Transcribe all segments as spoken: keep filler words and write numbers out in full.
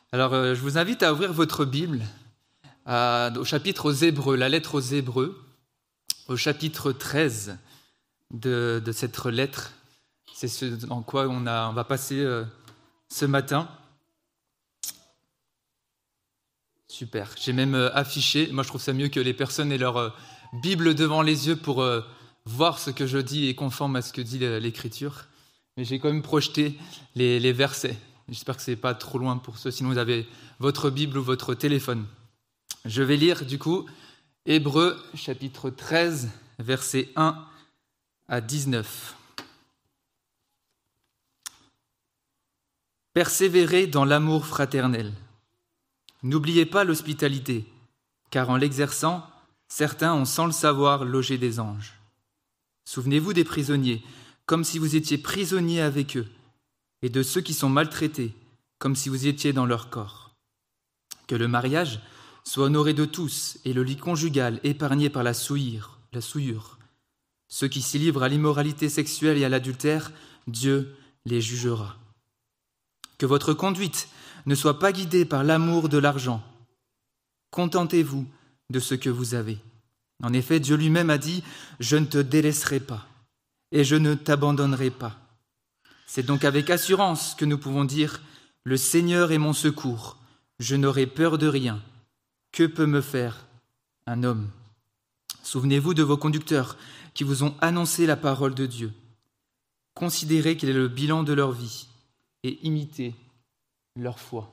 Alors, euh, je vous invite à ouvrir votre Bible à- au chapitre aux Hébreux, la lettre aux Hébreux, au chapitre treize de, de cette lettre. C'est ce en quoi on, a, on va passer euh, ce matin. Super. J'ai même euh, affiché, moi je trouve ça mieux que les personnes aient leur euh, Bible devant les yeux pour euh, voir ce que je dis et conforme à ce que dit l'Écriture. Mais j'ai quand même projeté les, les versets. J'espère que ce n'est pas trop loin pour ceux, sinon vous avez votre Bible ou votre téléphone. Je vais lire du coup Hébreux chapitre treize, versets un à dix-neuf. Persévérez dans l'amour fraternel. N'oubliez pas l'hospitalité, car en l'exerçant, certains ont sans le savoir logé des anges. Souvenez-vous des prisonniers, comme si vous étiez prisonniers avec eux, et de ceux qui sont maltraités, comme si vous étiez dans leur corps. Que le mariage soit honoré de tous, et le lit conjugal épargné par la souillure. La souillure. Ceux qui s'y livrent à l'immoralité sexuelle et à l'adultère, Dieu les jugera. Que votre conduite ne soit pas guidée par l'amour de l'argent. Contentez-vous de ce que vous avez. En effet, Dieu lui-même a dit « Je ne te délaisserai pas, et je ne t'abandonnerai pas ». C'est donc avec assurance que nous pouvons dire « Le Seigneur est mon secours, je n'aurai peur de rien. Que peut me faire un homme ?» Souvenez-vous de vos conducteurs qui vous ont annoncé la parole de Dieu. Considérez quel est le bilan de leur vie et imitez leur foi.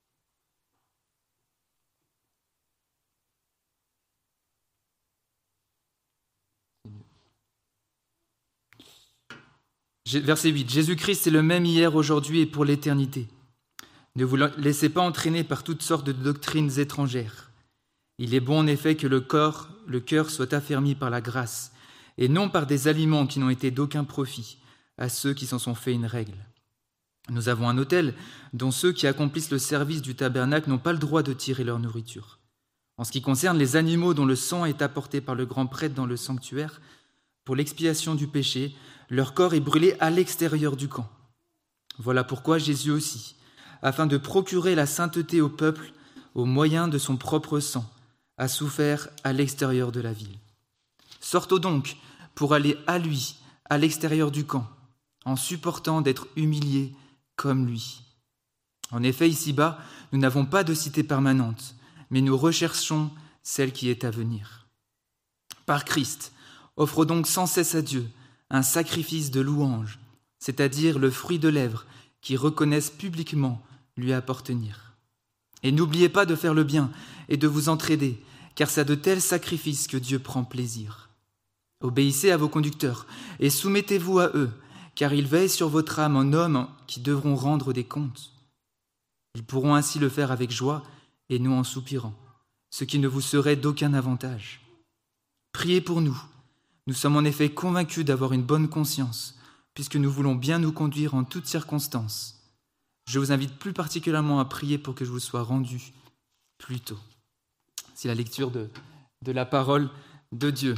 Verset huit. Jésus-Christ est le même hier, aujourd'hui et pour l'éternité. Ne vous laissez pas entraîner par toutes sortes de doctrines étrangères. Il est bon en effet que le corps, le cœur soit affermi par la grâce, et non par des aliments qui n'ont été d'aucun profit à ceux qui s'en sont fait une règle. Nous avons un autel dont ceux qui accomplissent le service du tabernacle n'ont pas le droit de tirer leur nourriture. En ce qui concerne les animaux dont le sang est apporté par le grand prêtre dans le sanctuaire, pour l'expiation du péché, leur corps est brûlé à l'extérieur du camp. Voilà pourquoi Jésus aussi, afin de procurer la sainteté au peuple au moyen de son propre sang, a souffert à l'extérieur de la ville. Sortons donc pour aller à lui, à l'extérieur du camp, en supportant d'être humiliés comme lui. En effet, ici-bas, nous n'avons pas de cité permanente, mais nous recherchons celle qui est à venir. Par Christ, offre donc sans cesse à Dieu un sacrifice de louange, c'est-à-dire le fruit de lèvres qui reconnaissent publiquement lui appartenir. Et n'oubliez pas de faire le bien et de vous entraider, car c'est à de tels sacrifices que Dieu prend plaisir. Obéissez à vos conducteurs et soumettez-vous à eux, car ils veillent sur votre âme en hommes qui devront rendre des comptes. Ils pourront ainsi le faire avec joie et non en soupirant, ce qui ne vous serait d'aucun avantage. Priez pour nous. Nous sommes en effet convaincus d'avoir une bonne conscience, puisque nous voulons bien nous conduire en toutes circonstances. Je vous invite plus particulièrement à prier pour que je vous sois rendu plus tôt. C'est la lecture de, de la parole de Dieu.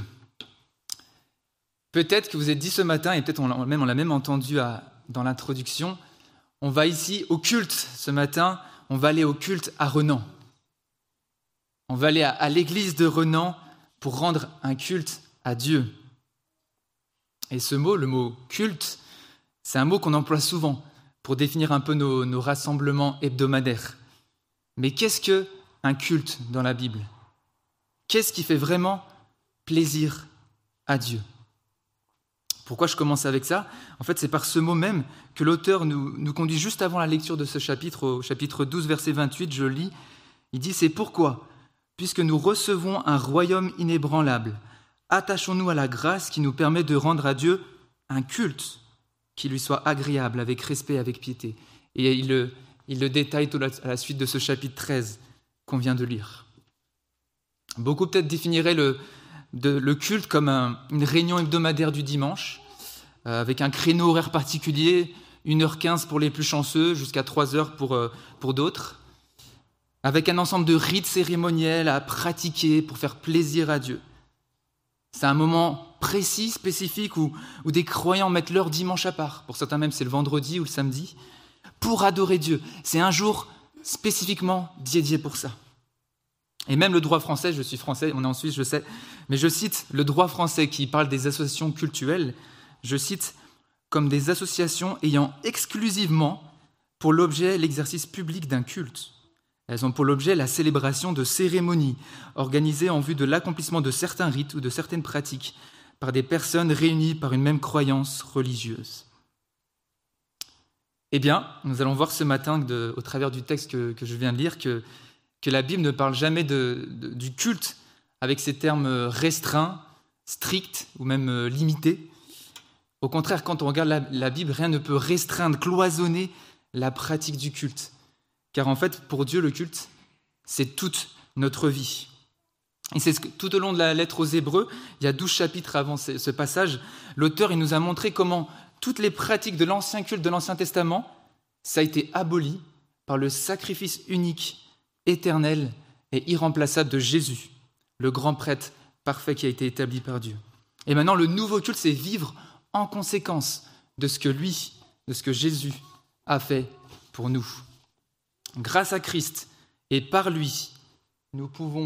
Peut-être que vous êtes dit ce matin, et peut-être on l'a même, on l'a même entendu à, dans l'introduction, on va ici au culte ce matin, on va aller au culte à Renan. On va aller à, à l'église de Renan pour rendre un culte à Dieu. Et ce mot, le mot culte, c'est un mot qu'on emploie souvent pour définir un peu nos, nos rassemblements hebdomadaires. Mais qu'est-ce qu'un culte dans la Bible ? Qu'est-ce qui fait vraiment plaisir à Dieu ? Pourquoi je commence avec ça ? En fait, c'est par ce mot même que l'auteur nous, nous conduit juste avant la lecture de ce chapitre, au chapitre douze, verset vingt-huit, je lis, il dit « C'est pourquoi, puisque nous recevons un royaume inébranlable, attachons-nous à la grâce qui nous permet de rendre à Dieu un culte qui lui soit agréable, avec respect, avec piété. » Et il le, il le détaille tout à la suite de ce chapitre treize qu'on vient de lire. Beaucoup peut-être définiraient le, de, le culte comme un, une réunion hebdomadaire du dimanche, euh, avec un créneau horaire particulier, une heure quinze pour les plus chanceux, jusqu'à trois heures pour, euh, pour d'autres, avec un ensemble de rites cérémoniels à pratiquer pour faire plaisir à Dieu. C'est un moment précis, spécifique, où, où des croyants mettent leur dimanche à part. Pour certains même, c'est le vendredi ou le samedi, pour adorer Dieu. C'est un jour spécifiquement dédié pour ça. Et même le droit français, je suis français, on est en Suisse, je sais, mais je cite le droit français qui parle des associations cultuelles, je cite comme des associations ayant exclusivement pour l'objet l'exercice public d'un culte. Elles ont pour l'objet la célébration de cérémonies organisées en vue de l'accomplissement de certains rites ou de certaines pratiques par des personnes réunies par une même croyance religieuse. Eh bien, nous allons voir ce matin, de, au travers du texte que, que je viens de lire, que que la Bible ne parle jamais de, de, du culte avec ces termes restreints, stricts ou même limités. Au contraire, quand on regarde la, la Bible, rien ne peut restreindre, cloisonner la pratique du culte. Car en fait, pour Dieu, le culte, c'est toute notre vie. Et c'est ce que, tout au long de la lettre aux Hébreux, il y a douze chapitres avant ce, ce passage, l'auteur il nous a montré comment toutes les pratiques de l'ancien culte, de l'Ancien Testament, ça a été aboli par le sacrifice unique, éternel et irremplaçable de Jésus, le grand prêtre parfait qui a été établi par Dieu. Et maintenant, le nouveau culte, c'est vivre en conséquence de ce que lui, de ce que Jésus a fait pour nous. Grâce à Christ et par lui, nous pouvons...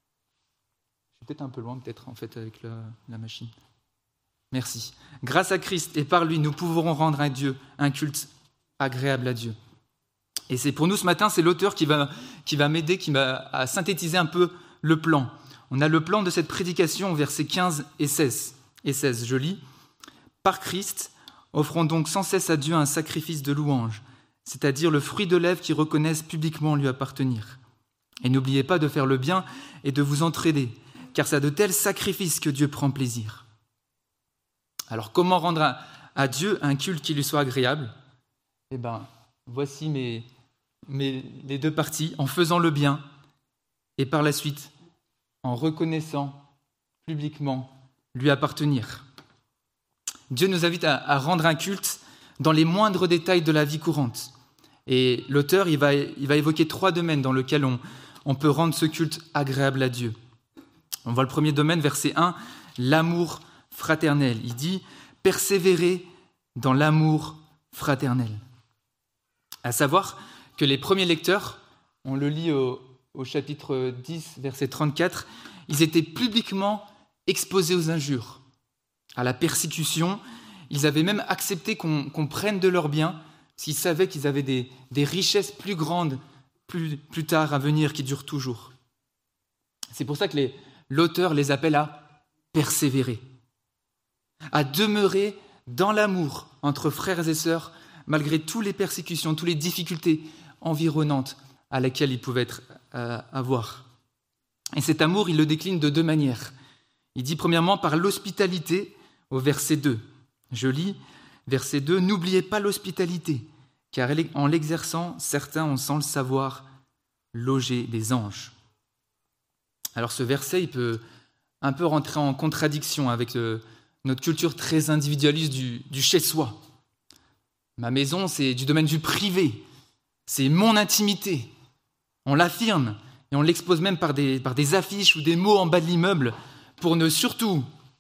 Je suis peut-être un peu loin, peut-être, en fait, avec la, la machine. Merci. Grâce à Christ et par lui, nous pouvons rendre à Dieu un culte agréable à Dieu. Et c'est pour nous ce matin, c'est l'auteur qui va, qui va m'aider, qui va à synthétiser un peu le plan. On a le plan de cette prédication, versets quinze et seize. Et seize, je lis. « Par Christ, offrons donc sans cesse à Dieu un sacrifice de louange, c'est-à-dire le fruit de lèvres qui reconnaissent publiquement lui appartenir. Et n'oubliez pas de faire le bien et de vous entraider, car c'est à de tels sacrifices que Dieu prend plaisir. » Alors, comment rendre à, à Dieu un culte qui lui soit agréable ? Eh bien, voici mes... mais les deux parties, en faisant le bien et par la suite en reconnaissant publiquement lui appartenir. Dieu nous invite à, à rendre un culte dans les moindres détails de la vie courante. Et l'auteur, il va, il va évoquer trois domaines dans lesquels on, on peut rendre ce culte agréable à Dieu. On voit le premier domaine, verset un, l'amour fraternel. Il dit « persévérer dans l'amour fraternel ». À savoir que les premiers lecteurs, on le lit au, au chapitre dix, verset trente-quatre, ils étaient publiquement exposés aux injures, à la persécution. Ils avaient même accepté qu'on, qu'on prenne de leurs biens, s'ils savaient qu'ils avaient des, des richesses plus grandes plus, plus tard à venir, qui durent toujours. C'est pour ça que les, l'auteur les appelle à persévérer, à demeurer dans l'amour entre frères et sœurs, malgré toutes les persécutions, toutes les difficultés environnantes à laquelle il pouvait être, euh, avoir. Et cet amour, il le décline de deux manières. Il dit premièrement par l'hospitalité au verset deux. Je lis verset deux, « N'oubliez pas l'hospitalité, car en l'exerçant, certains ont sans le savoir logé des anges. » Alors ce verset, il peut un peu rentrer en contradiction avec euh, notre culture très individualiste du, du chez-soi. Ma maison, c'est du domaine du privé. C'est mon intimité. On l'affirme et on l'expose même par des, par des affiches ou des mots en bas de l'immeuble pour ne surtout,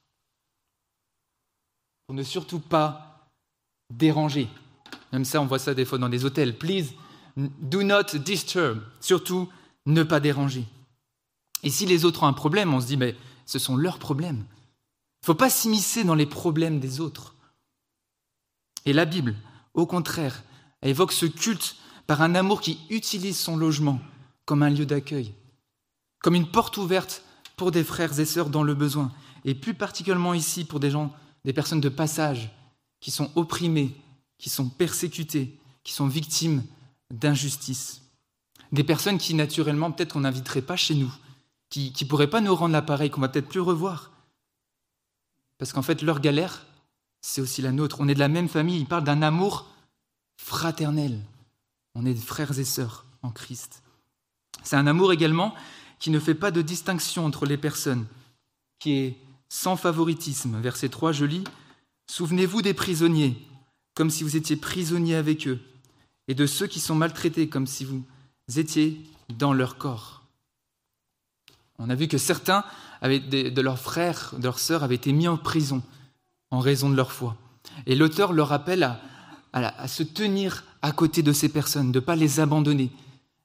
pour ne surtout pas déranger. Même ça, on voit ça des fois dans des hôtels. Please, do not disturb. Surtout, ne pas déranger. Et si les autres ont un problème, on se dit, mais ce sont leurs problèmes. Il ne faut pas s'immiscer dans les problèmes des autres. Et la Bible, au contraire, elle évoque ce culte par un amour qui utilise son logement comme un lieu d'accueil, comme une porte ouverte pour des frères et sœurs dans le besoin, et plus particulièrement ici pour des gens, des personnes de passage qui sont opprimées, qui sont persécutées, qui sont victimes d'injustice. Des personnes qui, naturellement, peut-être qu'on n'inviterait pas chez nous, qui ne pourraient pas nous rendre l'appareil, qu'on va peut-être plus revoir. Parce qu'en fait, leur galère, c'est aussi la nôtre. On est de la même famille. Il parle d'un amour fraternel. On est des frères et sœurs en Christ. C'est un amour également qui ne fait pas de distinction entre les personnes, qui est sans favoritisme. Verset trois, je lis « Souvenez-vous des prisonniers, comme si vous étiez prisonniers avec eux, et de ceux qui sont maltraités, comme si vous étiez dans leur corps. » On a vu que certains avaient des, de leurs frères, de leurs sœurs, avaient été mis en prison en raison de leur foi. Et l'auteur leur appelle à, à, à se tenir à côté de ces personnes, de ne pas les abandonner,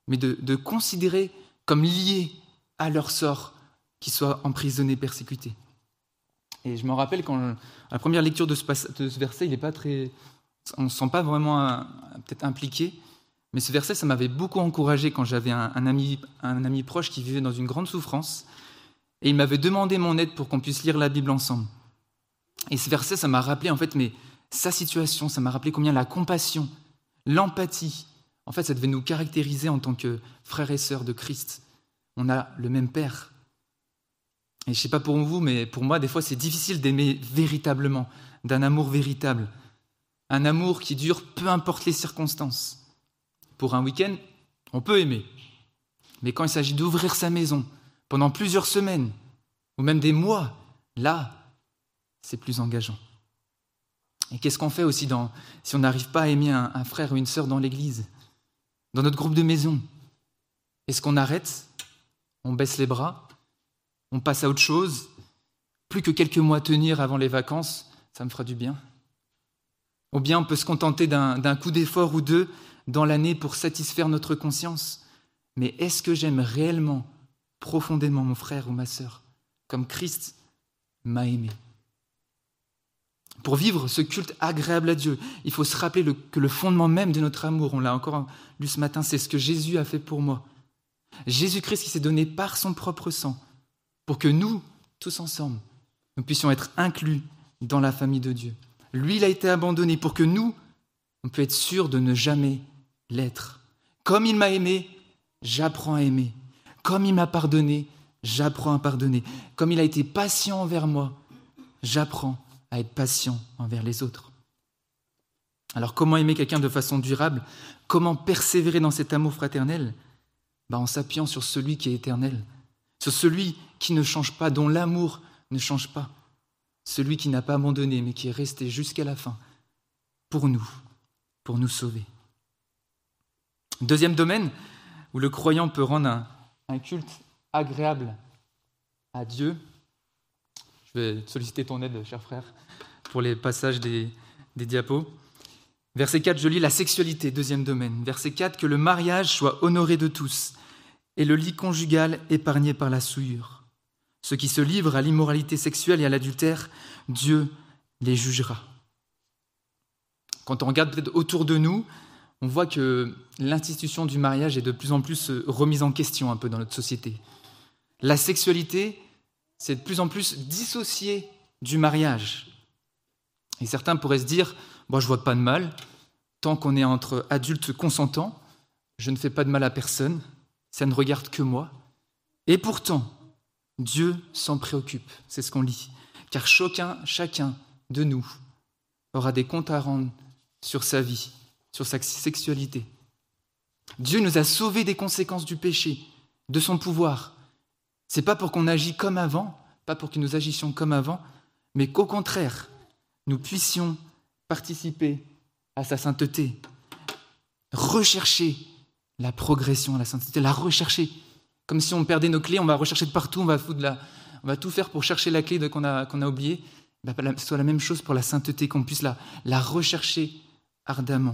mais de, de considérer comme liés à leur sort qu'ils soient emprisonnés, persécutés. Et je me rappelle quand à la première lecture de ce, de ce verset, il est pas très, on ne se sent pas vraiment un, peut-être impliqué, mais ce verset, ça m'avait beaucoup encouragé quand j'avais un, un, ami, un ami proche qui vivait dans une grande souffrance, et il m'avait demandé mon aide pour qu'on puisse lire la Bible ensemble. Et ce verset, ça m'a rappelé en fait mais, sa situation, ça m'a rappelé combien la compassion, l'empathie, en fait, ça devait nous caractériser en tant que frères et sœurs de Christ. On a le même Père. Et je ne sais pas pour vous, mais pour moi, des fois, c'est difficile d'aimer véritablement, d'un amour véritable. Un amour qui dure peu importe les circonstances. Pour un week-end, on peut aimer. Mais quand il s'agit d'ouvrir sa maison pendant plusieurs semaines, ou même des mois, là, c'est plus engageant. Et qu'est-ce qu'on fait aussi dans, si on n'arrive pas à aimer un, un frère ou une sœur dans l'église, dans notre groupe de maison? Est-ce qu'on arrête? On baisse les bras? On passe à autre chose? Plus que quelques mois à tenir avant les vacances, ça me fera du bien. Ou bien on peut se contenter d'un, d'un coup d'effort ou deux dans l'année pour satisfaire notre conscience. Mais est-ce que j'aime réellement, profondément mon frère ou ma sœur, comme Christ m'a aimé? Pour vivre ce culte agréable à Dieu, il faut se rappeler le, que le fondement même de notre amour, on l'a encore lu ce matin, c'est ce que Jésus a fait pour moi. Jésus-Christ qui s'est donné par son propre sang pour que nous, tous ensemble, nous puissions être inclus dans la famille de Dieu. Lui, il a été abandonné pour que nous, on peut être sûrs de ne jamais l'être. Comme il m'a aimé, j'apprends à aimer. Comme il m'a pardonné, j'apprends à pardonner. Comme il a été patient envers moi, j'apprends à être patient envers les autres. Alors comment aimer quelqu'un de façon durable? Comment persévérer dans cet amour fraternel? Ben, en s'appuyant sur celui qui est éternel, sur celui qui ne change pas, dont l'amour ne change pas, celui qui n'a pas abandonné mais qui est resté jusqu'à la fin pour nous, pour nous sauver. Deuxième domaine où le croyant peut rendre un, un culte agréable à Dieu. Je vais solliciter ton aide, cher frère, pour les passages des, des diapos. Verset quatre, je lis la sexualité, deuxième domaine. Verset quatre, que le mariage soit honoré de tous et le lit conjugal épargné par la souillure. Ceux qui se livrent à l'immoralité sexuelle et à l'adultère, Dieu les jugera. Quand on regarde peut-être autour de nous, on voit que l'institution du mariage est de plus en plus remise en question un peu dans notre société. La sexualité, c'est de plus en plus dissocié du mariage. Et certains pourraient se dire, bon, je ne vois pas de mal, tant qu'on est entre adultes consentants, je ne fais pas de mal à personne, ça ne regarde que moi. Et pourtant, Dieu s'en préoccupe, c'est ce qu'on lit, car chacun, chacun de nous aura des comptes à rendre sur sa vie, sur sa sexualité. Dieu nous a sauvés des conséquences du péché, de son pouvoir. C'est pas pour qu'on agisse comme avant, pas pour que nous agissions comme avant, mais qu'au contraire, nous puissions participer à sa sainteté, rechercher la progression à la sainteté, la rechercher. Comme si on perdait nos clés, on va rechercher de partout, on va, foutre la, on va tout faire pour chercher la clé de, qu'on a, qu'on a oubliée. Ben, ce soit la même chose pour la sainteté, qu'on puisse la, la rechercher ardemment.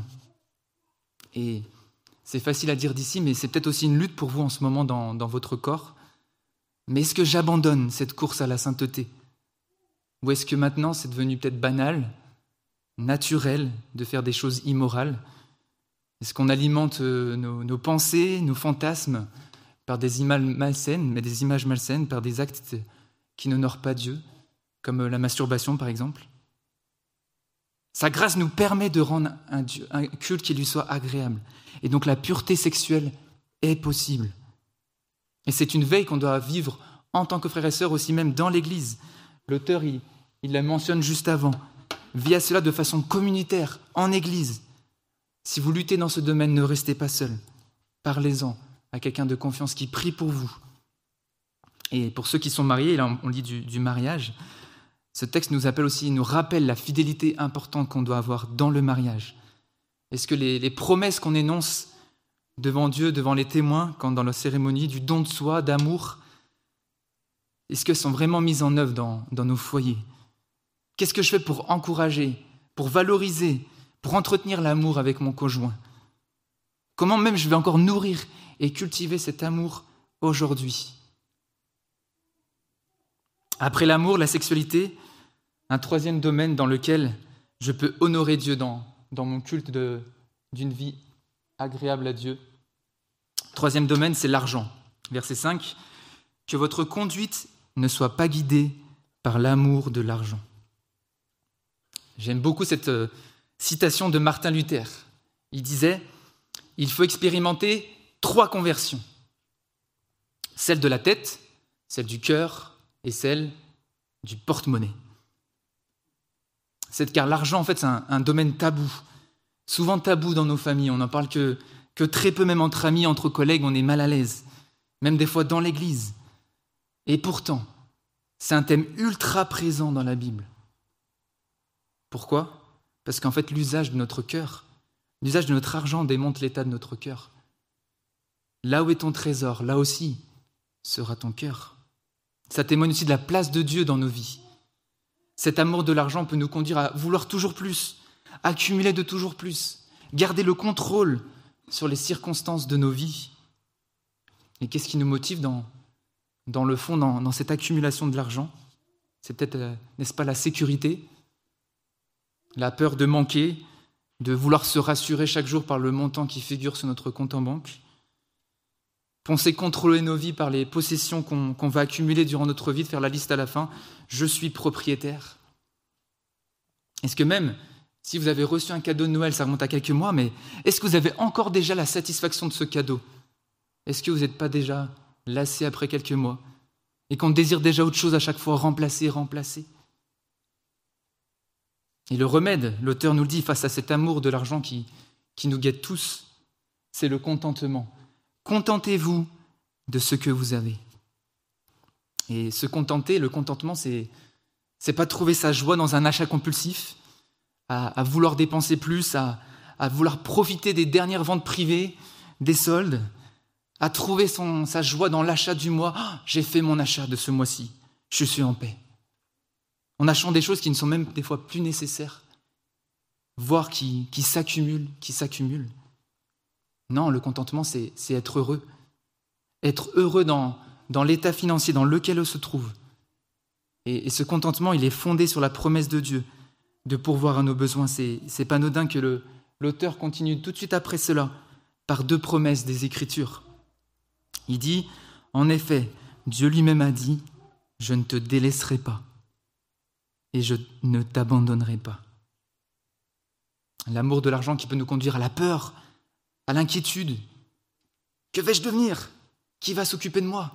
Et c'est facile à dire d'ici, mais c'est peut-être aussi une lutte pour vous en ce moment dans, dans votre corps. Mais est-ce que j'abandonne cette course à la sainteté? Ou est-ce que maintenant c'est devenu peut-être banal, naturel de faire des choses immorales? Est-ce qu'on alimente nos, nos pensées, nos fantasmes par des images malsaines, mais des images malsaines, par des actes qui n'honorent pas Dieu, comme la masturbation par exemple? Sa grâce nous permet de rendre un, Dieu, un culte qui lui soit agréable. Et donc la pureté sexuelle est possible. Et c'est une veille qu'on doit vivre en tant que frères et sœurs, aussi même dans l'Église. L'auteur, il, il la mentionne juste avant. Via cela de façon communautaire, en Église. Si vous luttez dans ce domaine, ne restez pas seul. Parlez-en à quelqu'un de confiance qui prie pour vous. Et pour ceux qui sont mariés, là on lit du, du mariage, ce texte nous appelle aussi, nous rappelle la fidélité importante qu'on doit avoir dans le mariage. Est-ce que les, les promesses qu'on énonce devant Dieu, devant les témoins, quand dans la cérémonie du don de soi, d'amour, est-ce qu'elles sont vraiment mises en œuvre dans, dans nos foyers? Qu'est-ce que je fais pour encourager, pour valoriser, pour entretenir l'amour avec mon conjoint? Comment même je vais encore nourrir et cultiver cet amour aujourd'hui? Après l'amour, la sexualité, un troisième domaine dans lequel je peux honorer Dieu dans, dans mon culte de, d'une vie agréable à Dieu. Troisième domaine, c'est l'argent. Verset cinq, « Que votre conduite ne soit pas guidée par l'amour de l'argent. » J'aime beaucoup cette euh, citation de Martin Luther. Il disait « Il faut expérimenter trois conversions. Celle de la tête, celle du cœur et celle du porte-monnaie. » C'est car l'argent, en fait, c'est un, un domaine tabou. Souvent tabou dans nos familles. On n'en parle que, que très peu, même entre amis, entre collègues, on est mal à l'aise. Même des fois dans l'église. Et pourtant, c'est un thème ultra présent dans la Bible. Pourquoi ? Parce qu'en fait, l'usage de notre cœur, l'usage de notre argent démontre l'état de notre cœur. Là où est ton trésor, là aussi sera ton cœur. Ça témoigne aussi de la place de Dieu dans nos vies. Cet amour de l'argent peut nous conduire à vouloir toujours plus, accumuler de toujours plus, garder le contrôle sur les circonstances de nos vies. Et qu'est-ce qui nous motive dans, dans le fond, dans, dans cette accumulation de l'argent ? C'est peut-être, euh, n'est-ce pas, la sécurité, la peur de manquer, de vouloir se rassurer chaque jour par le montant qui figure sur notre compte en banque. Penser contrôler nos vies par les possessions qu'on, qu'on va accumuler durant notre vie, de faire la liste à la fin. Je suis propriétaire. Est-ce que même, si vous avez reçu un cadeau de Noël, ça remonte à quelques mois, mais est-ce que vous avez encore déjà la satisfaction de ce cadeau ? Est-ce que vous n'êtes pas déjà lassé après quelques mois et qu'on désire déjà autre chose à chaque fois, remplacer, remplacer ? Et le remède, l'auteur nous le dit, face à cet amour de l'argent qui, qui nous guette tous, c'est le contentement. Contentez-vous de ce que vous avez. Et se contenter, le contentement, c'est c'est pas trouver sa joie dans un achat compulsif, à, à vouloir dépenser plus, à, à vouloir profiter des dernières ventes privées, des soldes, à trouver son, sa joie dans l'achat du mois. Oh, j'ai fait mon achat de ce mois-ci, je suis en paix. En achetant des choses qui ne sont même des fois plus nécessaires, voire qui, qui s'accumulent, qui s'accumulent. Non, le contentement, c'est, c'est être heureux. Être heureux dans, dans l'état financier dans lequel on se trouve. Et, et ce contentement, il est fondé sur la promesse de Dieu de pourvoir à nos besoins. C'est, c'est pas anodin que le, l'auteur continue tout de suite après cela par deux promesses des Écritures. Il dit, en effet, Dieu lui-même a dit, « Je ne te délaisserai pas et je ne t'abandonnerai pas. » L'amour de l'argent qui peut nous conduire à la peur, à l'inquiétude. Que vais-je devenir ? Qui va s'occuper de moi ?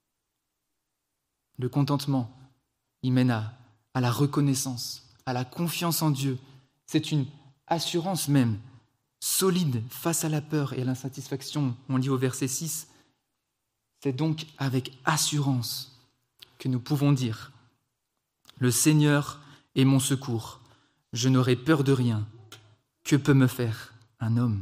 Le contentement, il mène à, à la reconnaissance, à la confiance en Dieu. C'est une assurance même, solide face à la peur et à l'insatisfaction. On lit au verset six. C'est donc avec assurance que nous pouvons dire « Le Seigneur est mon secours, je n'aurai peur de rien. Que peut me faire un homme ?»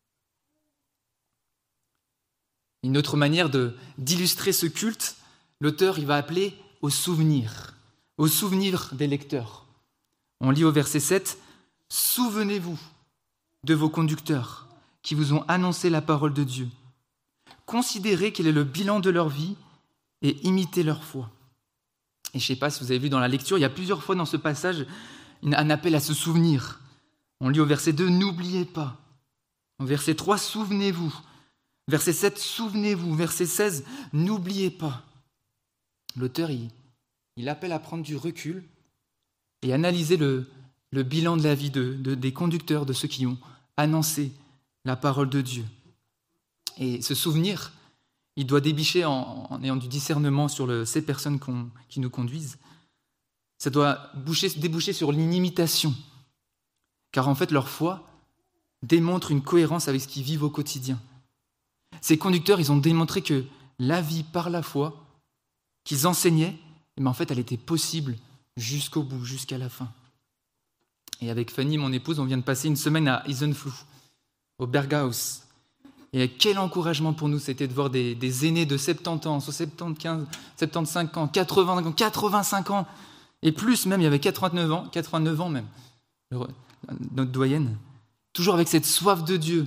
Une autre manière de, d'illustrer ce culte, l'auteur il va appeler au souvenir, au souvenir des lecteurs. On lit au verset sept, « Souvenez-vous de vos conducteurs qui vous ont annoncé la parole de Dieu. Considérez quel est le bilan de leur vie et imitez leur foi. » Et je ne sais pas si vous avez vu dans la lecture, il y a plusieurs fois dans ce passage un appel à se souvenir. On lit au verset deux, « N'oubliez pas ». Au verset trois, « Souvenez-vous ». Verset sept, « Souvenez-vous ». Verset seize, « N'oubliez pas ». L'auteur, il, il appelle à prendre du recul et analyser le, le bilan de la vie de, de, des conducteurs, de ceux qui ont annoncé la parole de Dieu. Et ce souvenir, il doit déboucher en, en ayant du discernement sur le, ces personnes qu'on, qui nous conduisent. Ça doit boucher, déboucher sur l'inimitation. Car en fait, leur foi démontre une cohérence avec ce qu'ils vivent au quotidien. Ces conducteurs, ils ont démontré que la vie par la foi qu'ils enseignaient, mais en fait, elle était possible jusqu'au bout, jusqu'à la fin. Et avec Fanny, mon épouse, on vient de passer une semaine à Isenflug, au Berghaus. Et quel encouragement pour nous, c'était de voir des, des aînés de soixante-dix ans, soixante-quinze, soixante-quinze ans, quatre-vingts ans, quatre-vingt-cinq ans, et plus même, il y avait quatre-vingt-neuf ans, quatre-vingt-neuf ans même, notre doyenne, toujours avec cette soif de Dieu,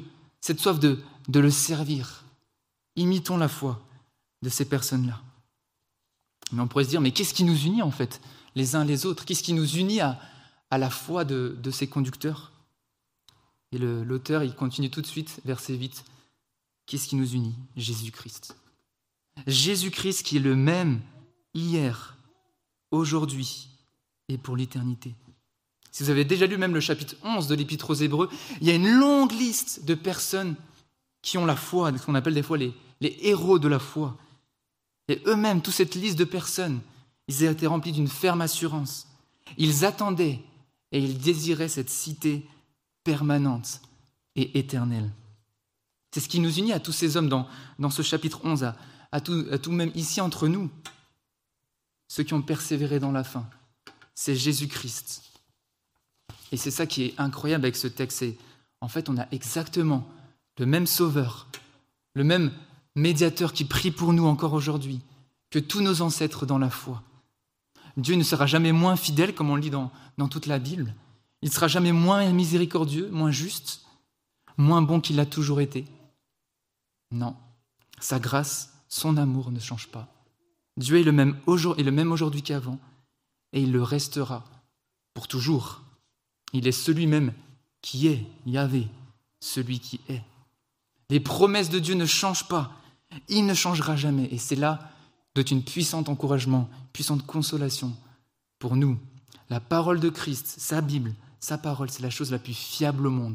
cette soif de, de le servir. Imitons la foi de ces personnes-là. Mais on pourrait se dire, mais qu'est-ce qui nous unit en fait, les uns les autres? Qu'est-ce qui nous unit à, à la foi de, de ces conducteurs? Et le, l'auteur, il continue tout de suite, verset huit. Qu'est-ce qui nous unit? Jésus-Christ. Jésus-Christ qui est le même hier, aujourd'hui et pour l'éternité. Si vous avez déjà lu même le chapitre onze de l'Épître aux Hébreux, il y a une longue liste de personnes qui ont la foi, ce qu'on appelle des fois les, les héros de la foi. Et eux-mêmes, toute cette liste de personnes, ils étaient remplis d'une ferme assurance. Ils attendaient et ils désiraient cette cité permanente et éternelle. C'est ce qui nous unit à tous ces hommes dans, dans ce chapitre onze, à, à, tout, à tout même ici entre nous. Ceux qui ont persévéré dans la fin, c'est Jésus-Christ. Et c'est ça qui est incroyable avec ce texte. C'est, en fait, on a exactement le même Sauveur, le même médiateur qui prie pour nous encore aujourd'hui que tous nos ancêtres dans la foi. Dieu ne sera jamais moins fidèle, comme on le lit dans, dans toute la Bible. Il ne sera jamais moins miséricordieux, moins juste, moins bon qu'il l'a toujours été. Non, sa grâce, son amour ne change pas. Dieu est le même aujourd'hui, est le même aujourd'hui qu'avant, et il le restera pour toujours. Il est celui même qui est, Yahvé, celui qui est. Les promesses de Dieu ne changent pas, il ne changera jamais, et c'est là doit être une puissante encouragement, une puissante consolation pour nous. La parole de Christ, sa Bible, sa parole, c'est la chose la plus fiable au monde.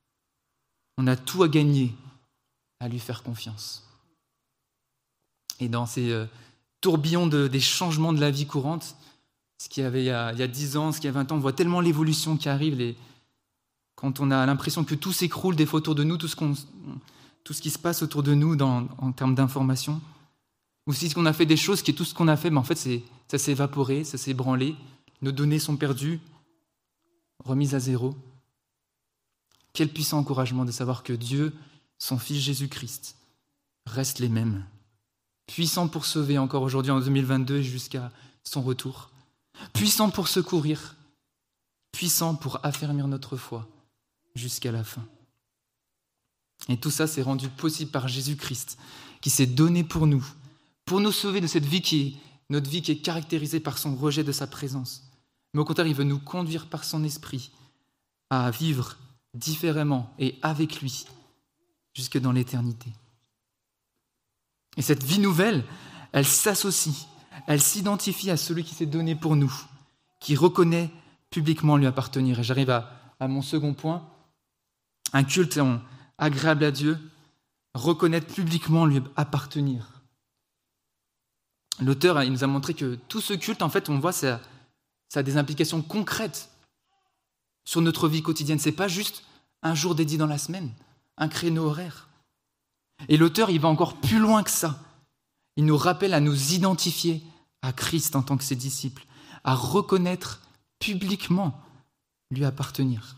On a tout à gagner à lui faire confiance. Et dans ces euh, tourbillons de, des changements de la vie courante, ce qu'il y avait il y a, il y a dix ans, ce qu'il y a vingt ans, on voit tellement l'évolution qui arrive, les... quand on a l'impression que tout s'écroule des fois autour de nous, tout ce, qu'on, tout ce qui se passe autour de nous dans, en termes d'information. Ou si on a fait des choses, qui est tout ce qu'on a fait, mais en fait c'est, ça s'est évaporé, ça s'est ébranlé, nos données sont perdues, remises à zéro. Quel puissant encouragement de savoir que Dieu, son Fils Jésus-Christ, reste les mêmes, puissant pour sauver encore aujourd'hui en deux mille vingt-deux jusqu'à son retour, puissant pour secourir, puissant pour affermir notre foi jusqu'à la fin. Et tout ça s'est rendu possible par Jésus-Christ, qui s'est donné pour nous, pour nous sauver de cette vie qui est notre vie qui est caractérisée par son rejet de sa présence. Mais au contraire, il veut nous conduire par son esprit à vivre différemment et avec lui jusque dans l'éternité. Et cette vie nouvelle, elle s'associe, elle s'identifie à celui qui s'est donné pour nous, qui reconnaît publiquement lui appartenir. Et j'arrive à, à mon second point, un culte agréable à Dieu, reconnaître publiquement lui appartenir. L'auteur, il nous a montré que tout ce culte, en fait, on voit, ça, ça a des implications concrètes sur notre vie quotidienne. Ce n'est pas juste un jour dédié dans la semaine, un créneau horaire. Et l'auteur, il va encore plus loin que ça. Il nous rappelle à nous identifier à Christ en tant que ses disciples, à reconnaître publiquement lui appartenir.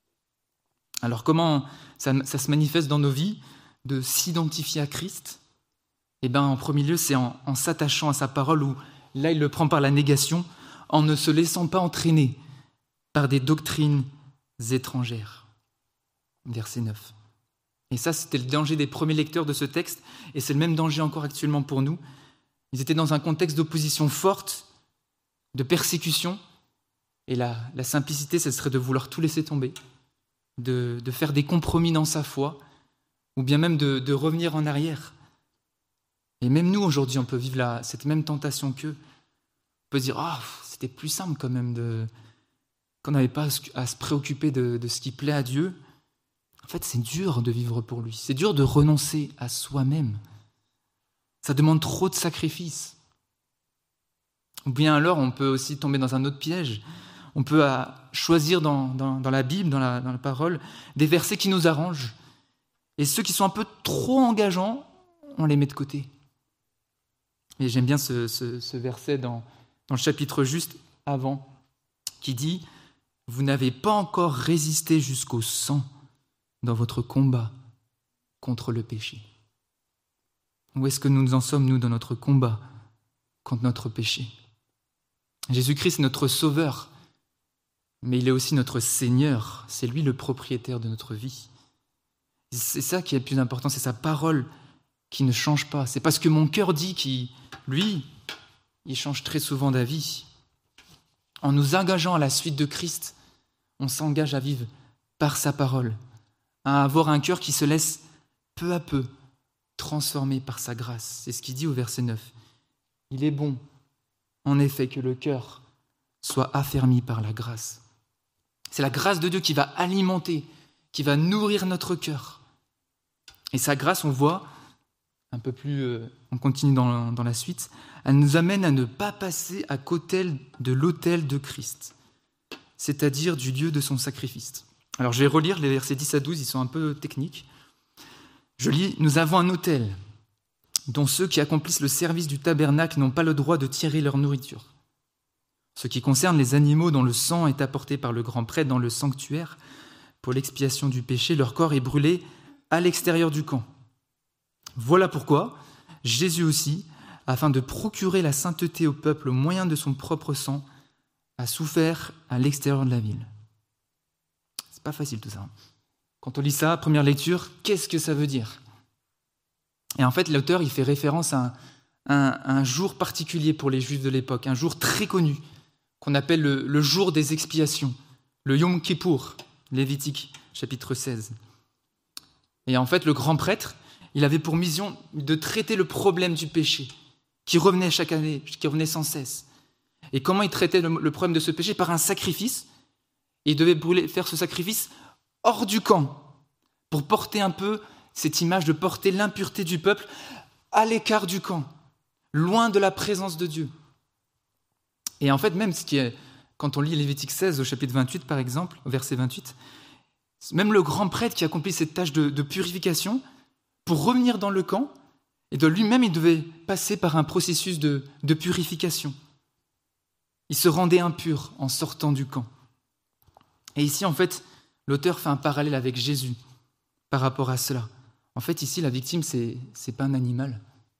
Alors comment ça, ça se manifeste dans nos vies de s'identifier à Christ ? Eh bien, en premier lieu, c'est en, en s'attachant à sa parole, où là, il le prend par la négation, en ne se laissant pas entraîner par des doctrines étrangères. Verset neuf. Et ça, c'était le danger des premiers lecteurs de ce texte, et c'est le même danger encore actuellement pour nous. Ils étaient dans un contexte d'opposition forte, de persécution, et la, la simplicité, ce serait de vouloir tout laisser tomber, de, de faire des compromis dans sa foi, ou bien même de, de revenir en arrière. Et même nous, aujourd'hui, on peut vivre la, cette même tentation qu'eux. On peut se dire, ah, oh, c'était plus simple quand même, de, qu'on n'avait pas à se préoccuper de, de ce qui plaît à Dieu. En fait, c'est dur de vivre pour lui. C'est dur de renoncer à soi-même. Ça demande trop de sacrifices. Ou bien alors, on peut aussi tomber dans un autre piège. On peut choisir dans, dans, dans la Bible, dans la, dans la parole, des versets qui nous arrangent. Et ceux qui sont un peu trop engageants, on les met de côté. Et j'aime bien ce, ce, ce verset dans, dans le chapitre juste avant, qui dit « Vous n'avez pas encore résisté jusqu'au sang dans votre combat contre le péché. » Où est-ce que nous en sommes, nous, dans notre combat contre notre péché ? Jésus-Christ est notre Sauveur, mais il est aussi notre Seigneur. C'est lui le propriétaire de notre vie. C'est ça qui est le plus important, c'est sa parole qui ne change pas. C'est parce que mon cœur dit qui, lui, il change très souvent d'avis. En nous engageant à la suite de Christ, on s'engage à vivre par sa parole, à avoir un cœur qui se laisse peu à peu transformer par sa grâce. C'est ce qu'il dit au verset neuf. Il est bon, en effet, que le cœur soit affermi par la grâce. C'est la grâce de Dieu qui va alimenter, qui va nourrir notre cœur. Et sa grâce, on voit, un peu plus, euh, on continue dans, dans la suite, elle nous amène à ne pas passer à côté de l'autel de Christ, c'est-à-dire du lieu de son sacrifice. Alors je vais relire les versets dix à douze, ils sont un peu techniques. Je lis, « Nous avons un autel dont ceux qui accomplissent le service du tabernacle n'ont pas le droit de tirer leur nourriture. Ce qui concerne les animaux dont le sang est apporté par le grand prêtre dans le sanctuaire pour l'expiation du péché, leur corps est brûlé à l'extérieur du camp. Voilà pourquoi Jésus aussi, afin de procurer la sainteté au peuple au moyen de son propre sang, a souffert à l'extérieur de la ville. » C'est pas facile tout ça. Quand on lit ça, première lecture, qu'est-ce que ça veut dire ? Et en fait, l'auteur, il fait référence à un, un, un jour particulier pour les Juifs de l'époque, un jour très connu, qu'on appelle le, le jour des expiations, le Yom Kippour, Lévitique, chapitre seize. Et en fait, le grand prêtre, il avait pour mission de traiter le problème du péché, qui revenait chaque année, qui revenait sans cesse. Et comment il traitait le, le problème de ce péché ? Par un sacrifice. Et il devait brûler, faire ce sacrifice hors du camp, pour porter un peu cette image de porter l'impureté du peuple à l'écart du camp, loin de la présence de Dieu. Et en fait, même ce qui est, quand on lit Lévitique seize au chapitre vingt-huit, par exemple, au verset vingt-huit, même le grand prêtre qui accomplit cette tâche de, de purification, pour revenir dans le camp, et de lui-même, il devait passer par un processus de, de purification. Il se rendait impur en sortant du camp. Et ici, en fait, l'auteur fait un parallèle avec Jésus par rapport à cela. En fait, ici, la victime, c'est, c'est pas un animal.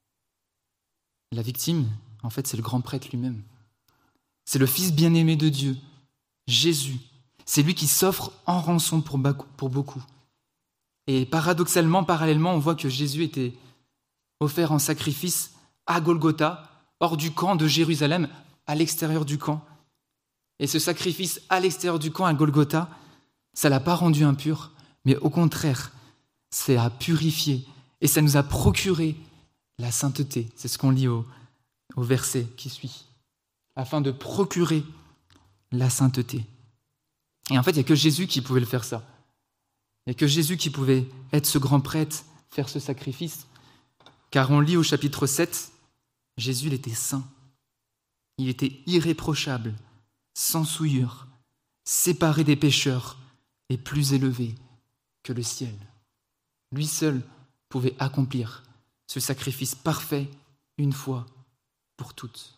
La victime, en fait, c'est le grand prêtre lui-même. C'est le Fils bien-aimé de Dieu, Jésus. C'est lui qui s'offre en rançon pour beaucoup. Et paradoxalement, parallèlement, on voit que Jésus était offert en sacrifice à Golgotha, hors du camp de Jérusalem, à l'extérieur du camp. Et ce sacrifice à l'extérieur du camp, à Golgotha, ça ne l'a pas rendu impur, mais au contraire, ça a purifié et ça nous a procuré la sainteté. C'est ce qu'on lit au, au verset qui suit. Afin de procurer la sainteté. Et en fait, il n'y a que Jésus qui pouvait le faire ça. Il n'y a que Jésus qui pouvait être ce grand prêtre, faire ce sacrifice. Car on lit au chapitre sept, Jésus, il était saint. Il était irréprochable, sans souillure, séparé des pécheurs et plus élevé que le ciel. Lui seul pouvait accomplir ce sacrifice parfait une fois pour toutes.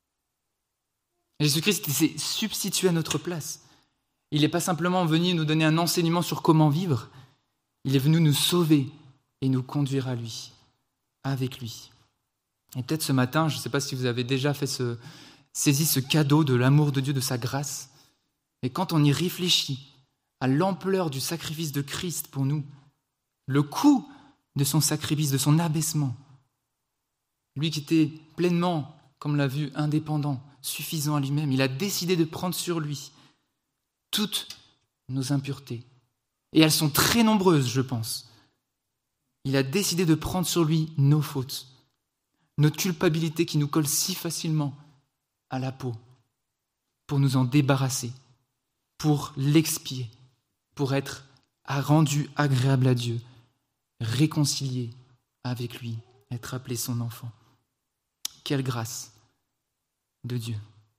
Jésus-Christ s'est substitué à notre place. Il n'est pas simplement venu nous donner un enseignement sur comment vivre, il est venu nous sauver et nous conduire à lui, avec lui. Et peut-être ce matin, je ne sais pas si vous avez déjà fait ce, saisi ce cadeau de l'amour de Dieu, de sa grâce, mais quand on y réfléchit à l'ampleur du sacrifice de Christ pour nous, le coût de son sacrifice, de son abaissement, lui qui était pleinement, comme on l'a vu, indépendant, suffisant à lui-même, il a décidé de prendre sur lui toutes nos impuretés. Et elles sont très nombreuses, je pense. Il a décidé de prendre sur lui nos fautes, notre culpabilité qui nous colle si facilement à la peau, pour nous en débarrasser, pour l'expier, pour être rendu agréable à Dieu, réconcilié avec lui, être appelé son enfant. Quelle grâce de Dieu.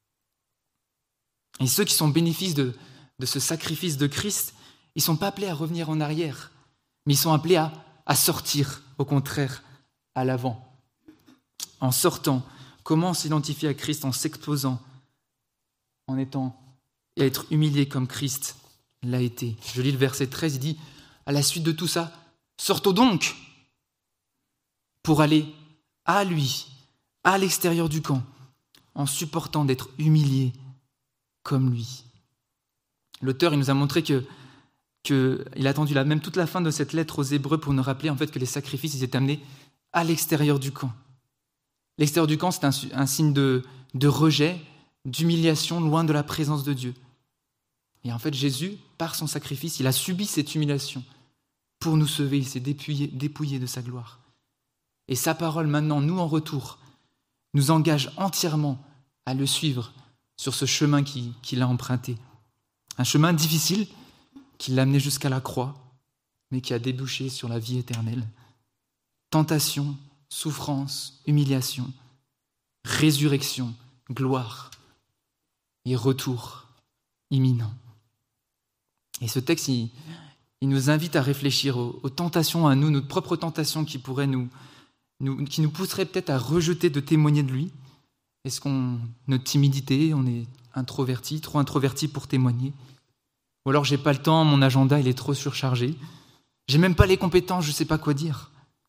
Et ceux qui sont bénéfices de, de ce sacrifice de Christ, ils ne sont pas appelés à revenir en arrière, mais ils sont appelés à, à sortir, au contraire, à l'avant. En sortant, comment s'identifier à Christ en s'exposant, en étant et à être humilié comme Christ l'a été. Je lis le verset treize, il dit, à la suite de tout ça, sortons donc pour aller à lui, à l'extérieur du camp, en supportant d'être humilié comme lui. L'auteur, il nous a montré que qu'il a attendu là, même toute la fin de cette lettre aux Hébreux pour nous rappeler en fait que les sacrifices ils étaient amenés à l'extérieur du camp. L'extérieur du camp, c'est un, un signe de, de rejet, d'humiliation, loin de la présence de Dieu. Et en fait, Jésus, par son sacrifice, il a subi cette humiliation pour nous sauver. Il s'est dépouillé, dépouillé de sa gloire. Et sa parole, maintenant, nous en retour, nous engage entièrement à le suivre sur ce chemin qu'il, qu'il a emprunté. Un chemin difficile qui l'a amené jusqu'à la croix, mais qui a débouché sur la vie éternelle. Tentation, souffrance, humiliation, résurrection, gloire et retour imminent. Et ce texte, il, il nous invite à réfléchir aux, aux tentations à nous, nos propres tentations qui pourraient nous, nous, qui nous pousseraient peut-être à rejeter de témoigner de lui. Est-ce qu'on, notre timidité, on est introverti, trop introverti pour témoigner? Ou alors j'ai pas le temps, mon agenda il est trop surchargé. J'ai même pas les compétences, je sais pas quoi dire.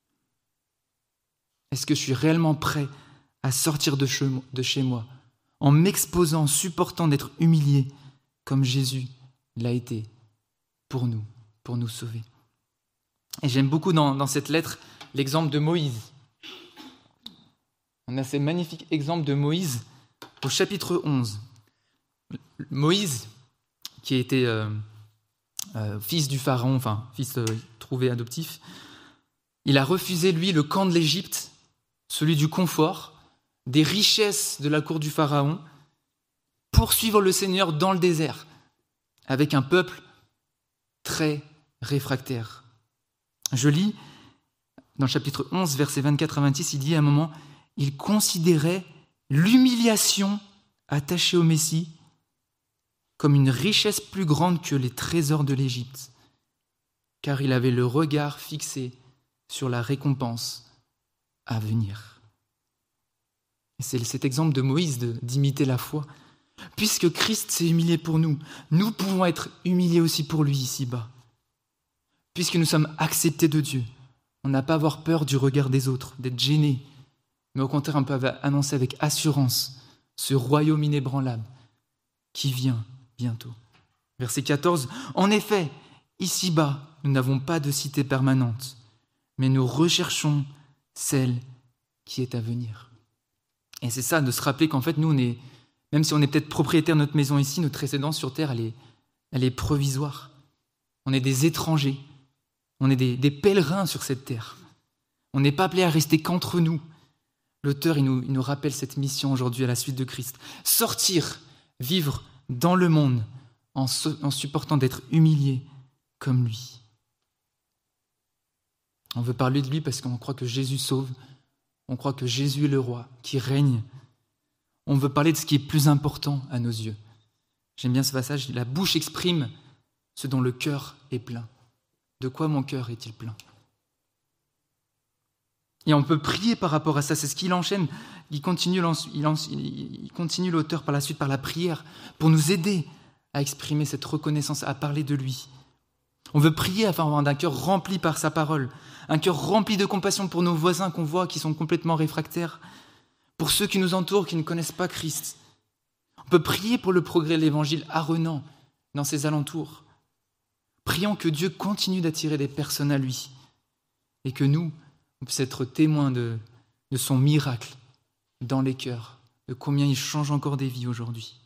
Est-ce que je suis réellement prêt à sortir de chez moi en m'exposant, en supportant d'être humilié comme Jésus l'a été pour nous, pour nous sauver? Et j'aime beaucoup dans, dans cette lettre l'exemple de Moïse. On a ces magnifiques exemples de Moïse au chapitre onze. Moïse, qui était euh, euh, fils du pharaon, enfin fils euh, trouvé adoptif, il a refusé, lui, le camp de l'Égypte, celui du confort, des richesses de la cour du pharaon, pour suivre le Seigneur dans le désert, avec un peuple très réfractaire. Je lis dans le chapitre onze, versets vingt-quatre à vingt-six, il dit à un moment, il considérait l'humiliation attachée au Messie comme une richesse plus grande que les trésors de l'Égypte, car il avait le regard fixé sur la récompense à venir. Et c'est cet exemple de Moïse de, d'imiter la foi. Puisque Christ s'est humilié pour nous, nous pouvons être humiliés aussi pour lui ici-bas. Puisque nous sommes acceptés de Dieu, on n'a pas à avoir peur du regard des autres, d'être gênés, mais au contraire, on peut annoncer avec assurance ce royaume inébranlable qui vient bientôt. Verset quatorze, « En effet, ici-bas, nous n'avons pas de cité permanente, mais nous recherchons celle qui est à venir. » Et c'est ça, de se rappeler qu'en fait, nous, on est, même si on est peut-être propriétaire de notre maison ici, notre résidence sur terre, elle est, elle est provisoire. On est des étrangers, on est des, des pèlerins sur cette terre. On n'est pas appelé à rester qu'entre nous. L'auteur, il nous, il nous rappelle cette mission aujourd'hui à la suite de Christ. Sortir, vivre dans le monde en, en supportant d'être humilié comme lui. On veut parler de lui parce qu'on croit que Jésus sauve. On croit que Jésus est le roi qui règne. On veut parler de ce qui est plus important à nos yeux. J'aime bien ce passage. La bouche exprime ce dont le cœur est plein. De quoi mon cœur est-il plein? Et on peut prier par rapport à ça. C'est ce qu'il enchaîne. Il continue, il continue l'auteur par la suite par la prière pour nous aider à exprimer cette reconnaissance, à parler de lui. On veut prier afin d'avoir un cœur rempli par sa parole, un cœur rempli de compassion pour nos voisins qu'on voit qui sont complètement réfractaires, pour ceux qui nous entourent qui ne connaissent pas Christ. On peut prier pour le progrès de l'Évangile à Renan, dans ses alentours. Prions que Dieu continue d'attirer des personnes à lui et que nous, on puisse être témoins de, de son miracle dans les cœurs, de combien il change encore des vies aujourd'hui.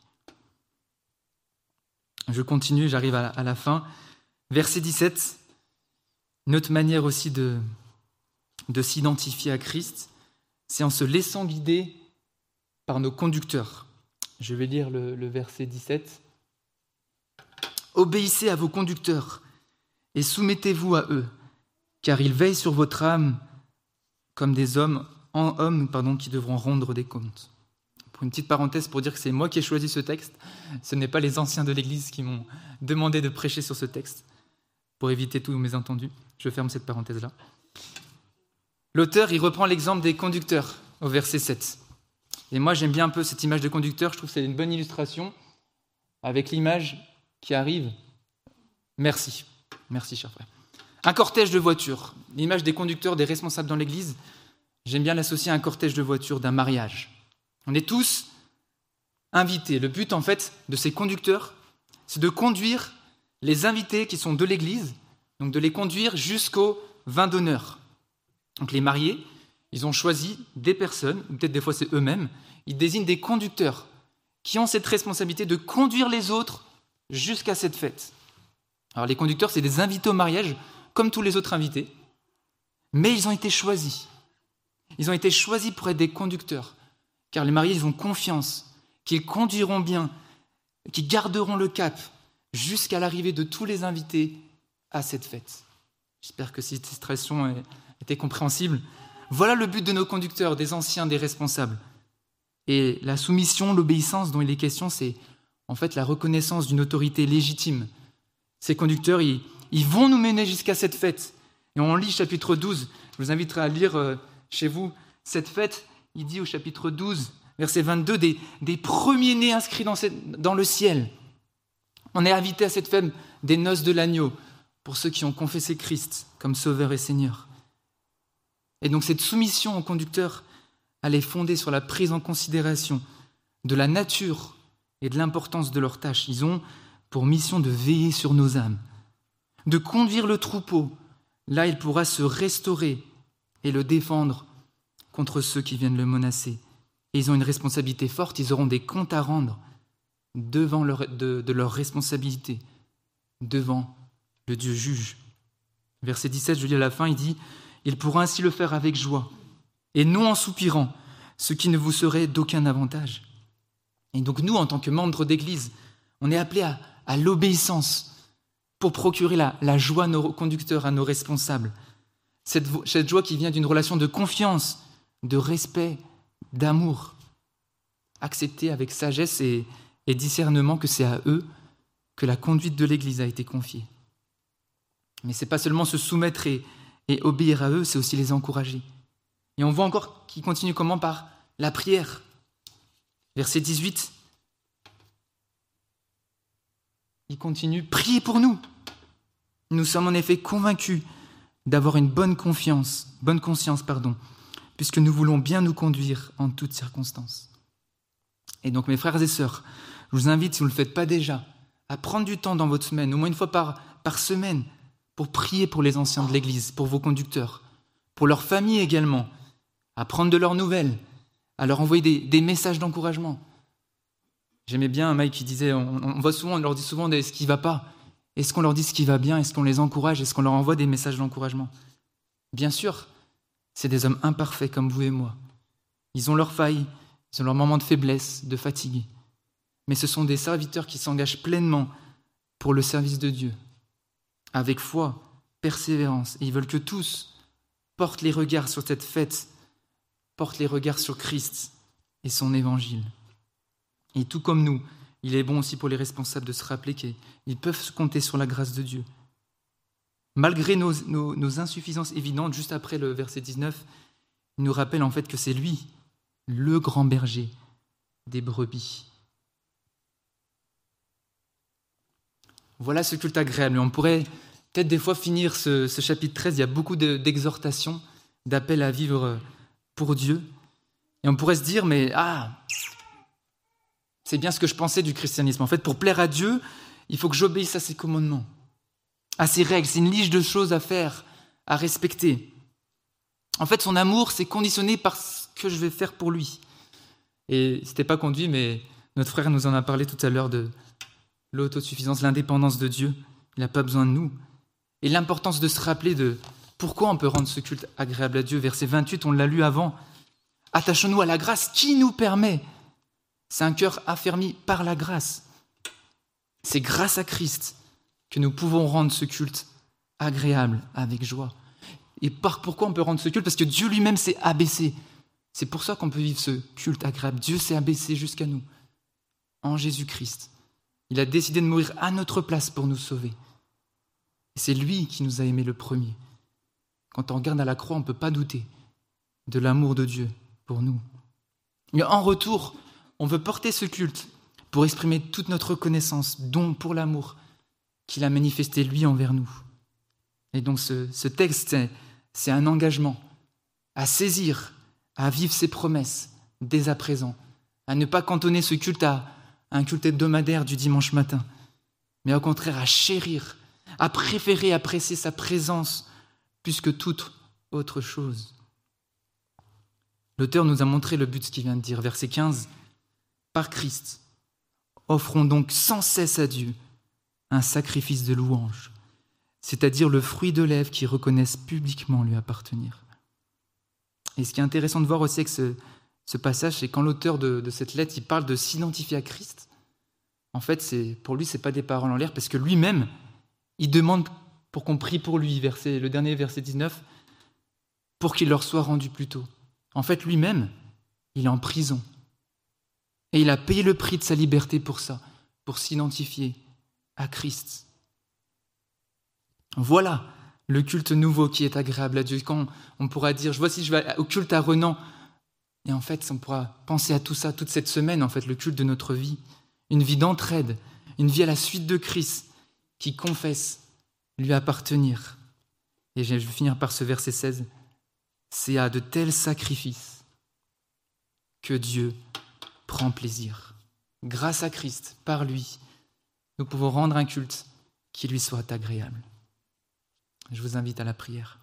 Je continue, j'arrive à la, à la fin. Verset dix-sept, une autre manière aussi de, de s'identifier à Christ, c'est en se laissant guider par nos conducteurs. Je vais lire le, le verset dix-sept. « Obéissez à vos conducteurs et soumettez-vous à eux, car ils veillent sur votre âme comme des hommes, en hommes pardon, qui devront rendre des comptes. » Pour une petite parenthèse, pour dire que c'est moi qui ai choisi ce texte, ce n'est pas les anciens de l'Église qui m'ont demandé de prêcher sur ce texte. Pour éviter tous mes entendus, je ferme cette parenthèse-là. L'auteur, il reprend l'exemple des conducteurs au verset sept. Et moi, j'aime bien un peu cette image de conducteur, je trouve que c'est une bonne illustration avec l'image qui arrive. Merci, merci cher frère. Un cortège de voitures, l'image des conducteurs, des responsables dans l'église, j'aime bien l'associer à un cortège de voitures, d'un mariage. On est tous invités. Le but, en fait, de ces conducteurs, c'est de conduire les invités qui sont de l'église, donc de les conduire jusqu'au vin d'honneur. Donc les mariés, ils ont choisi des personnes, ou peut-être des fois c'est eux-mêmes, ils désignent des conducteurs qui ont cette responsabilité de conduire les autres jusqu'à cette fête. Alors les conducteurs, c'est des invités au mariage, comme tous les autres invités, mais ils ont été choisis. Ils ont été choisis pour être des conducteurs, car les mariés, ils ont confiance qu'ils conduiront bien, qu'ils garderont le cap jusqu'à l'arrivée de tous les invités à cette fête. J'espère que cette illustration était compréhensible. Voilà le but de nos conducteurs, des anciens, des responsables. Et la soumission, l'obéissance dont il est question, c'est en fait la reconnaissance d'une autorité légitime. Ces conducteurs, ils, ils vont nous mener jusqu'à cette fête. Et on lit chapitre douze. Je vous inviterai à lire euh, chez vous cette fête. Il dit au chapitre douze, verset vingt-deux, des, des premiers-nés inscrits dans, cette, dans le ciel. On est invité à cette fête des noces de l'agneau pour ceux qui ont confessé Christ comme Sauveur et Seigneur. Et donc cette soumission aux conducteurs, elle est fondée sur la prise en considération de la nature et de l'importance de leurs tâches. Ils ont pour mission de veiller sur nos âmes, de conduire le troupeau. Là, il pourra se restaurer et le défendre contre ceux qui viennent le menacer. Et ils ont une responsabilité forte, ils auront des comptes à rendre devant leur, de, de leur responsabilité, devant le Dieu juge. Verset dix-sept, je lis à la fin, il dit « Il pourra ainsi le faire avec joie, et non en soupirant, ce qui ne vous serait d'aucun avantage. » Et donc nous, en tant que membres d'Église, on est appelés à, à l'obéissance pour procurer la, la joie à nos conducteurs, à nos responsables. Cette, cette joie qui vient d'une relation de confiance, de respect, d'amour. Accepter avec sagesse et, et discernement que c'est à eux que la conduite de l'Église a été confiée. Mais ce n'est pas seulement se soumettre et, et obéir à eux, c'est aussi les encourager. Et on voit encore qu'il continue comment par la prière. Verset dix-huit, il continue, « Priez pour nous. Nous sommes en effet convaincus d'avoir une bonne confiance, bonne conscience, pardon, puisque nous voulons bien nous conduire en toutes circonstances. » Et donc, mes frères et sœurs, je vous invite, si vous ne le faites pas déjà, à prendre du temps dans votre semaine, au moins une fois par, par semaine, pour prier pour les anciens de l'Église, pour vos conducteurs, pour leurs familles également, à prendre de leurs nouvelles, à leur envoyer des, des messages d'encouragement. J'aimais bien Mike qui disait, on, on voit souvent, on leur dit souvent ce qui ne va pas. Est-ce qu'on leur dit ce qui va bien? Est-ce qu'on les encourage? Est-ce qu'on leur envoie des messages d'encouragement? Bien sûr, c'est des hommes imparfaits comme vous et moi. Ils ont leurs failles, ils ont leurs moments de faiblesse, de fatigue. Mais ce sont des serviteurs qui s'engagent pleinement pour le service de Dieu, avec foi, persévérance. Et ils veulent que tous portent les regards sur cette fête, portent les regards sur Christ et son évangile. Et tout comme nous, il est bon aussi pour les responsables de se rappeler qu'ils peuvent compter sur la grâce de Dieu. Malgré nos, nos, nos insuffisances évidentes, juste après le verset dix-neuf, il nous rappelle en fait que c'est lui, le grand berger des brebis. Voilà ce culte agréable. On pourrait peut-être des fois finir ce, ce chapitre treize, il y a beaucoup de, d'exhortations, d'appels à vivre pour Dieu. Et on pourrait se dire, mais ah, c'est bien ce que je pensais du christianisme. En fait, pour plaire à Dieu, il faut que j'obéisse à ses commandements, à ses règles. C'est une liste de choses à faire, à respecter. En fait, son amour, c'est conditionné par ce que je vais faire pour lui. Et ce n'était pas conduit, mais notre frère nous en a parlé tout à l'heure de l'autosuffisance, l'indépendance de Dieu. Il n'a pas besoin de nous. Et l'importance de se rappeler de pourquoi on peut rendre ce culte agréable à Dieu. Verset vingt-huit, on l'a lu avant. Attachons-nous à la grâce qui nous permet. C'est un cœur affermi par la grâce. C'est grâce à Christ que nous pouvons rendre ce culte agréable, avec joie. Et par pourquoi on peut rendre ce culte? Parce que Dieu lui-même s'est abaissé. C'est pour ça qu'on peut vivre ce culte agréable. Dieu s'est abaissé jusqu'à nous, en Jésus-Christ. Il a décidé de mourir à notre place pour nous sauver. Et c'est lui qui nous a aimés le premier. Quand on regarde à la croix, on ne peut pas douter de l'amour de Dieu pour nous. Et en retour, on veut porter ce culte pour exprimer toute notre reconnaissance, dont pour l'amour qu'il a manifesté lui envers nous. Et donc ce, ce texte, c'est, c'est un engagement à saisir, à vivre ses promesses dès à présent, à ne pas cantonner ce culte à un culte hebdomadaire du dimanche matin, mais au contraire à chérir, à préférer, apprécier sa présence plus que toute autre chose. L'auteur nous a montré le but de ce qu'il vient de dire. Verset quinze, « Par Christ, offrons donc sans cesse à Dieu un sacrifice de louange, c'est-à-dire le fruit de lèvres qui reconnaissent publiquement lui appartenir. » Et ce qui est intéressant de voir aussi avec ce, ce passage, c'est quand l'auteur de, de cette lettre, il parle de s'identifier à Christ, en fait, c'est, pour lui, ce n'est pas des paroles en l'air, parce que lui-même, il demande pour qu'on prie pour lui, verset, le dernier verset dix-neuf, pour qu'il leur soit rendu plus tôt. En fait, lui-même, il est en prison. Et il a payé le prix de sa liberté pour ça, pour s'identifier à Christ. Voilà le culte nouveau qui est agréable à Dieu. Quand on pourra dire, voici, je vais au culte à Renan. Et en fait, on pourra penser à tout ça toute cette semaine, en fait, le culte de notre vie. Une vie d'entraide, une vie à la suite de Christ, qui confesse lui appartenir. Et je vais finir par ce verset seize. C'est à de tels sacrifices que Dieu prend plaisir. Grâce à Christ, par lui, nous pouvons rendre un culte qui lui soit agréable. Je vous invite à la prière.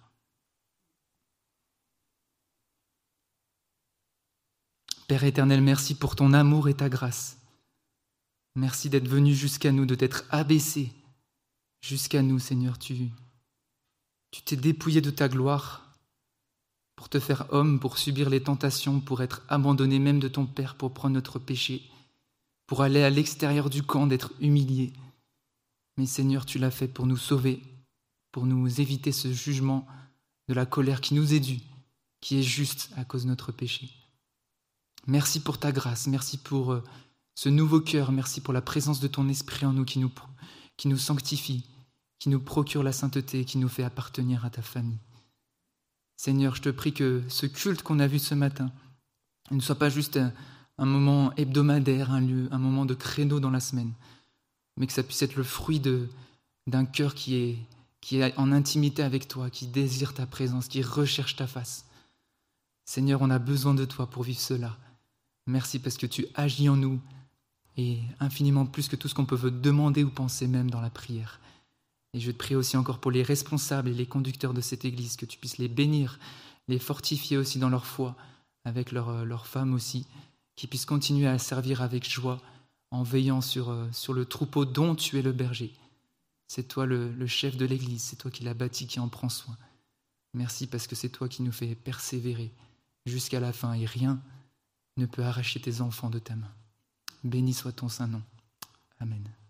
Père éternel, merci pour ton amour et ta grâce. Merci d'être venu jusqu'à nous, de t'être abaissé jusqu'à nous, Seigneur. Tu, tu t'es dépouillé de ta gloire pour te faire homme, pour subir les tentations, pour être abandonné même de ton Père, pour prendre notre péché, pour aller à l'extérieur du camp, d'être humilié. Mais Seigneur, tu l'as fait pour nous sauver, pour nous éviter ce jugement de la colère qui nous est due, qui est juste à cause de notre péché. Merci pour ta grâce, merci pour ce nouveau cœur, merci pour la présence de ton esprit en nous qui nous, qui nous sanctifie, qui nous procure la sainteté, qui nous fait appartenir à ta famille. Seigneur, je te prie que ce culte qu'on a vu ce matin ne soit pas juste un, un moment hebdomadaire, un lieu, un moment de créneau dans la semaine, mais que ça puisse être le fruit de, d'un cœur qui est, qui est en intimité avec toi, qui désire ta présence, qui recherche ta face. Seigneur, on a besoin de toi pour vivre cela. Merci parce que tu agis en nous et infiniment plus que tout ce qu'on peut demander ou penser même dans la prière. Et je te prie aussi encore pour les responsables et les conducteurs de cette église, que tu puisses les bénir, les fortifier aussi dans leur foi, avec leurs leur femmes aussi, qu'ils puissent continuer à servir avec joie, en veillant sur, sur le troupeau dont tu es le berger. C'est toi le, le chef de l'église, c'est toi qui l'as bâti, qui en prend soin. Merci parce que c'est toi qui nous fais persévérer jusqu'à la fin et rien ne peut arracher tes enfants de ta main. Béni soit ton saint nom. Amen.